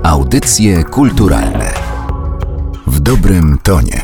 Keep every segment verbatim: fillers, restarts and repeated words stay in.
Audycje kulturalne w dobrym tonie.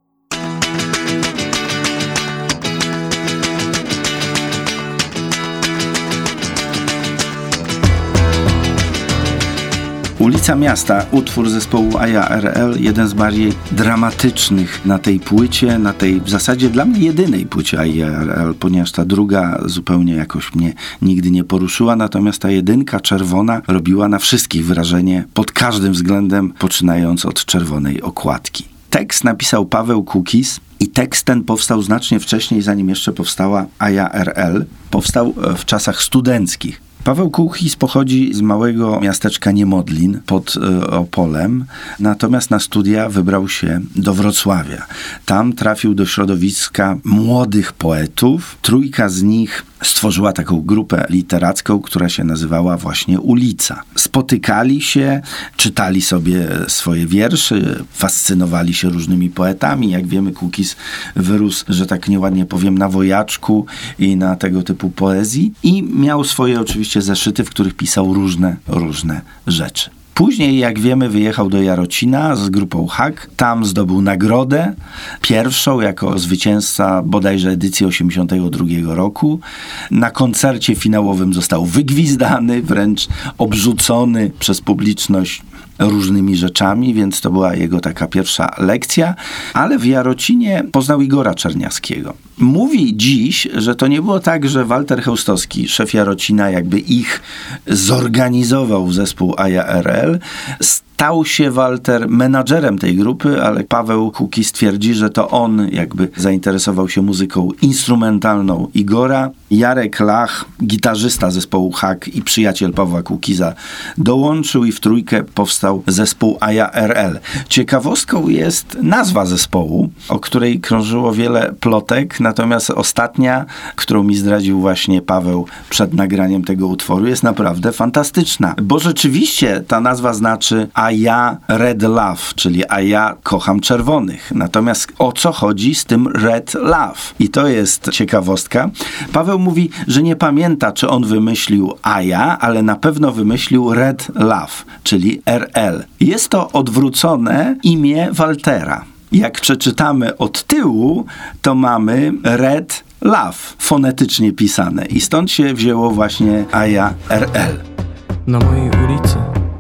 Ulica Miasta, utwór zespołu A Ja R L, jeden z bardziej dramatycznych na tej płycie, na tej w zasadzie dla mnie jedynej płycie A Ja R L, ponieważ ta druga zupełnie jakoś mnie nigdy nie poruszyła, natomiast ta jedynka czerwona robiła na wszystkich wrażenie pod każdym względem, poczynając od czerwonej okładki. Tekst napisał Paweł Kukis i tekst ten powstał znacznie wcześniej, zanim jeszcze powstała A Ja R L. Powstał w czasach studenckich. Paweł Kukis pochodzi z małego miasteczka Niemodlin pod y, Opolem, natomiast na studia wybrał się do Wrocławia. Tam trafił do środowiska młodych poetów. Trójka z nich stworzyła taką grupę literacką, która się nazywała właśnie Ulica. Spotykali się, czytali sobie swoje wiersze, fascynowali się różnymi poetami. Jak wiemy, Kukis wyrósł, że tak nieładnie powiem, na wojaczku i na tego typu poezji i miał swoje oczywiście zeszyty, w których pisał różne, różne rzeczy. Później, jak wiemy, wyjechał do Jarocina z grupą Hak. Tam zdobył nagrodę, pierwszą jako zwycięzca bodajże edycji osiemdziesiątego drugiego roku. Na koncercie finałowym został wygwizdany, wręcz obrzucony przez publiczność różnymi rzeczami, więc to była jego taka pierwsza lekcja, ale w Jarocinie poznał Igora Czerniawskiego. Mówi dziś, że to nie było tak, że Walter Chełstowski, szef Jarocina, jakby ich zorganizował w zespół A Ja R L. Stał się Walter menadżerem tej grupy, ale Paweł Kukis twierdzi, że to on jakby zainteresował się muzyką instrumentalną Igora. Jarek Lach, gitarzysta zespołu Hak i przyjaciel Pawła Kukiza, dołączył i w trójkę powstał zespół A Ja R L. Ciekawostką jest nazwa zespołu, o której krążyło wiele plotek, natomiast ostatnia, którą mi zdradził właśnie Paweł przed nagraniem tego utworu, jest naprawdę fantastyczna, bo rzeczywiście ta nazwa znaczy A Ja Red Love, czyli A Ja kocham czerwonych. Natomiast o co chodzi z tym Red Love? I to jest ciekawostka. Paweł mówi, że nie pamięta, czy on wymyślił A Ja, ale na pewno wymyślił Red Love, czyli R L. Jest to odwrócone imię Waltera. Jak przeczytamy od tyłu, to mamy Red Love, fonetycznie pisane. I stąd się wzięło właśnie A Ja R L. Na mojej ulicy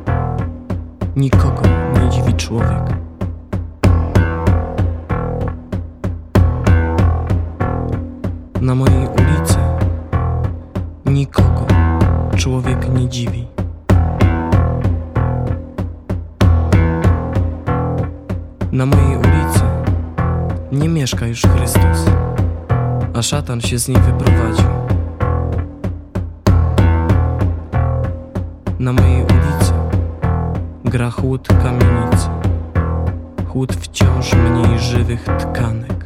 nikogo nie dziwi człowiek. Na mojej ulicy nikogo człowiek nie dziwi. Na mojej ulicy nie mieszka już Chrystus, a szatan się z niej wyprowadził. Na mojej ulicy gra chłód kamienicy, chłód wciąż mniej żywych tkanek.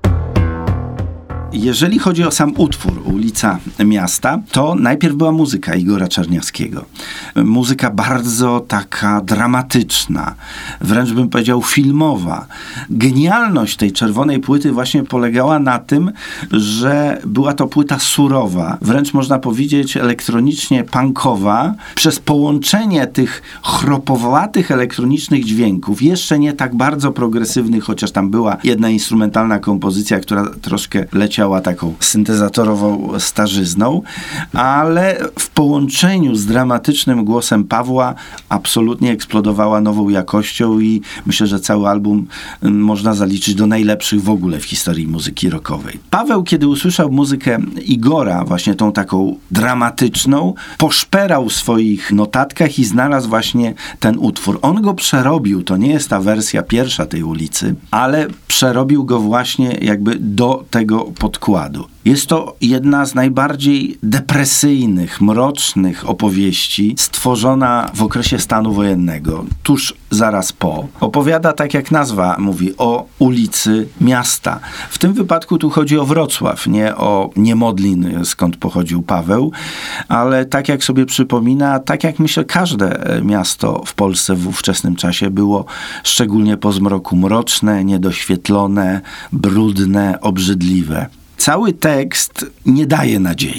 Jeżeli chodzi o sam utwór Ulica Miasta, to najpierw była muzyka Igora Czerniawskiego. Muzyka bardzo taka dramatyczna, wręcz bym powiedział filmowa. Genialność tej czerwonej płyty właśnie polegała na tym, że była to płyta surowa, wręcz można powiedzieć elektronicznie punkowa, przez połączenie tych chropowatych elektronicznych dźwięków, jeszcze nie tak bardzo progresywnych, chociaż tam była jedna instrumentalna kompozycja, która troszkę leciała taką syntezatorową starzyzną, ale w połączeniu z dramatycznym głosem Pawła absolutnie eksplodowała nową jakością i myślę, że cały album można zaliczyć do najlepszych w ogóle w historii muzyki rockowej. Paweł, kiedy usłyszał muzykę Igora, właśnie tą taką dramatyczną, poszperał w swoich notatkach i znalazł właśnie ten utwór. On go przerobił, to nie jest ta wersja pierwsza tej Ulicy, ale przerobił go właśnie jakby do tego podkładu. Jest to jedna z najbardziej depresyjnych, mrocznych opowieści stworzona w okresie stanu wojennego, tuż zaraz po. Opowiada, tak jak nazwa mówi, o ulicy miasta. W tym wypadku tu chodzi o Wrocław, nie o Niemodlin, skąd pochodził Paweł, ale tak jak sobie przypomina, tak jak myślę, każde miasto w Polsce w ówczesnym czasie było szczególnie po zmroku mroczne, niedoświetlone, brudne, obrzydliwe. Cały tekst nie daje nadziei.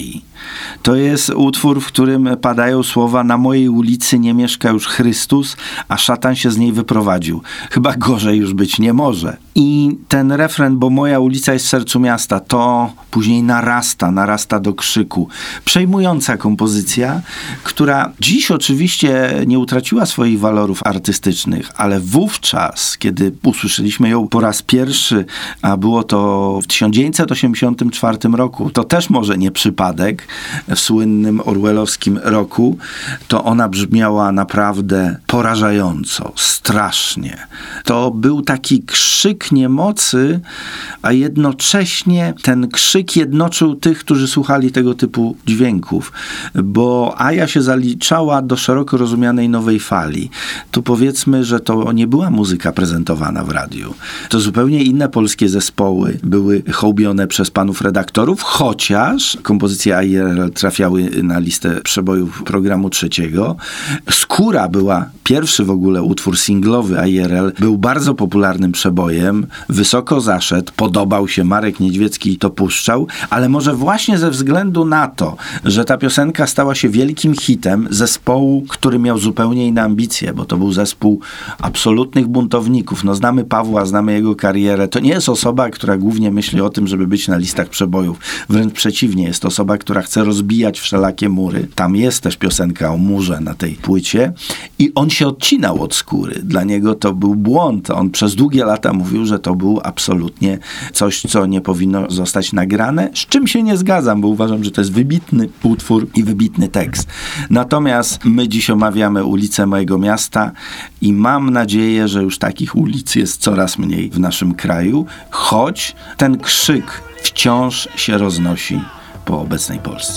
To jest utwór, w którym padają słowa: na mojej ulicy nie mieszka już Chrystus, a szatan się z niej wyprowadził. Chyba gorzej już być nie może. I ten refren, bo moja ulica jest w sercu miasta, to później narasta, narasta do krzyku. Przejmująca kompozycja, która dziś oczywiście nie utraciła swoich walorów artystycznych, ale wówczas, kiedy usłyszeliśmy ją po raz pierwszy, a było to w tysiąc dziewięćset osiemdziesiątym czwartym roku, to też może nie przypadek, w słynnym orwellowskim roku, to ona brzmiała naprawdę porażająco, strasznie. To był taki krzyk niemocy, a jednocześnie ten krzyk jednoczył tych, którzy słuchali tego typu dźwięków, bo Aja się zaliczała do szeroko rozumianej nowej fali. Tu powiedzmy, że to nie była muzyka prezentowana w radiu. To zupełnie inne polskie zespoły były hołbione przez panów redaktorów, chociaż kompozycje A I R L trafiały na listę przebojów programu trzeciego. Skóra była pierwszy w ogóle utwór singlowy A I R L, był bardzo popularnym przebojem, wysoko zaszedł, podobał się, Marek Niedźwiecki to puszczał, ale może właśnie ze względu na to, że ta piosenka stała się wielkim hitem zespołu, który miał zupełnie inne ambicje, bo to był zespół absolutnych buntowników. No znamy Pawła, znamy jego karierę. To nie jest osoba, która głównie myśli o tym, żeby być na listach przebojów. Wręcz przeciwnie, jest to osoba, która chce rozbijać wszelakie mury. Tam jest też piosenka o murze na tej płycie i on się odcinał od Skóry. Dla niego to był błąd. On przez długie lata mówił, że to był absolutnie coś, co nie powinno zostać nagrane, z czym się nie zgadzam, bo uważam, że to jest wybitny utwór i wybitny tekst. Natomiast my dziś omawiamy ulicę mojego miasta i mam nadzieję, że już takich ulic jest coraz mniej w naszym kraju, choć ten krzyk wciąż się roznosi po obecnej Polsce.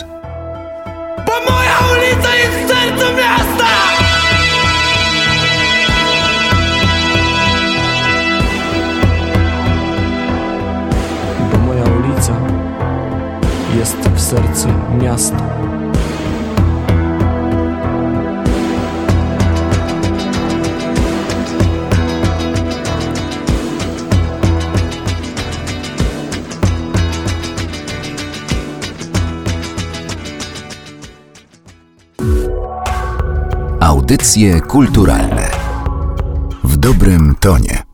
Bo moja ulica jest w sercu miasta! Bo moja ulica jest w sercu miasta. Audycje kulturalne w dobrym tonie.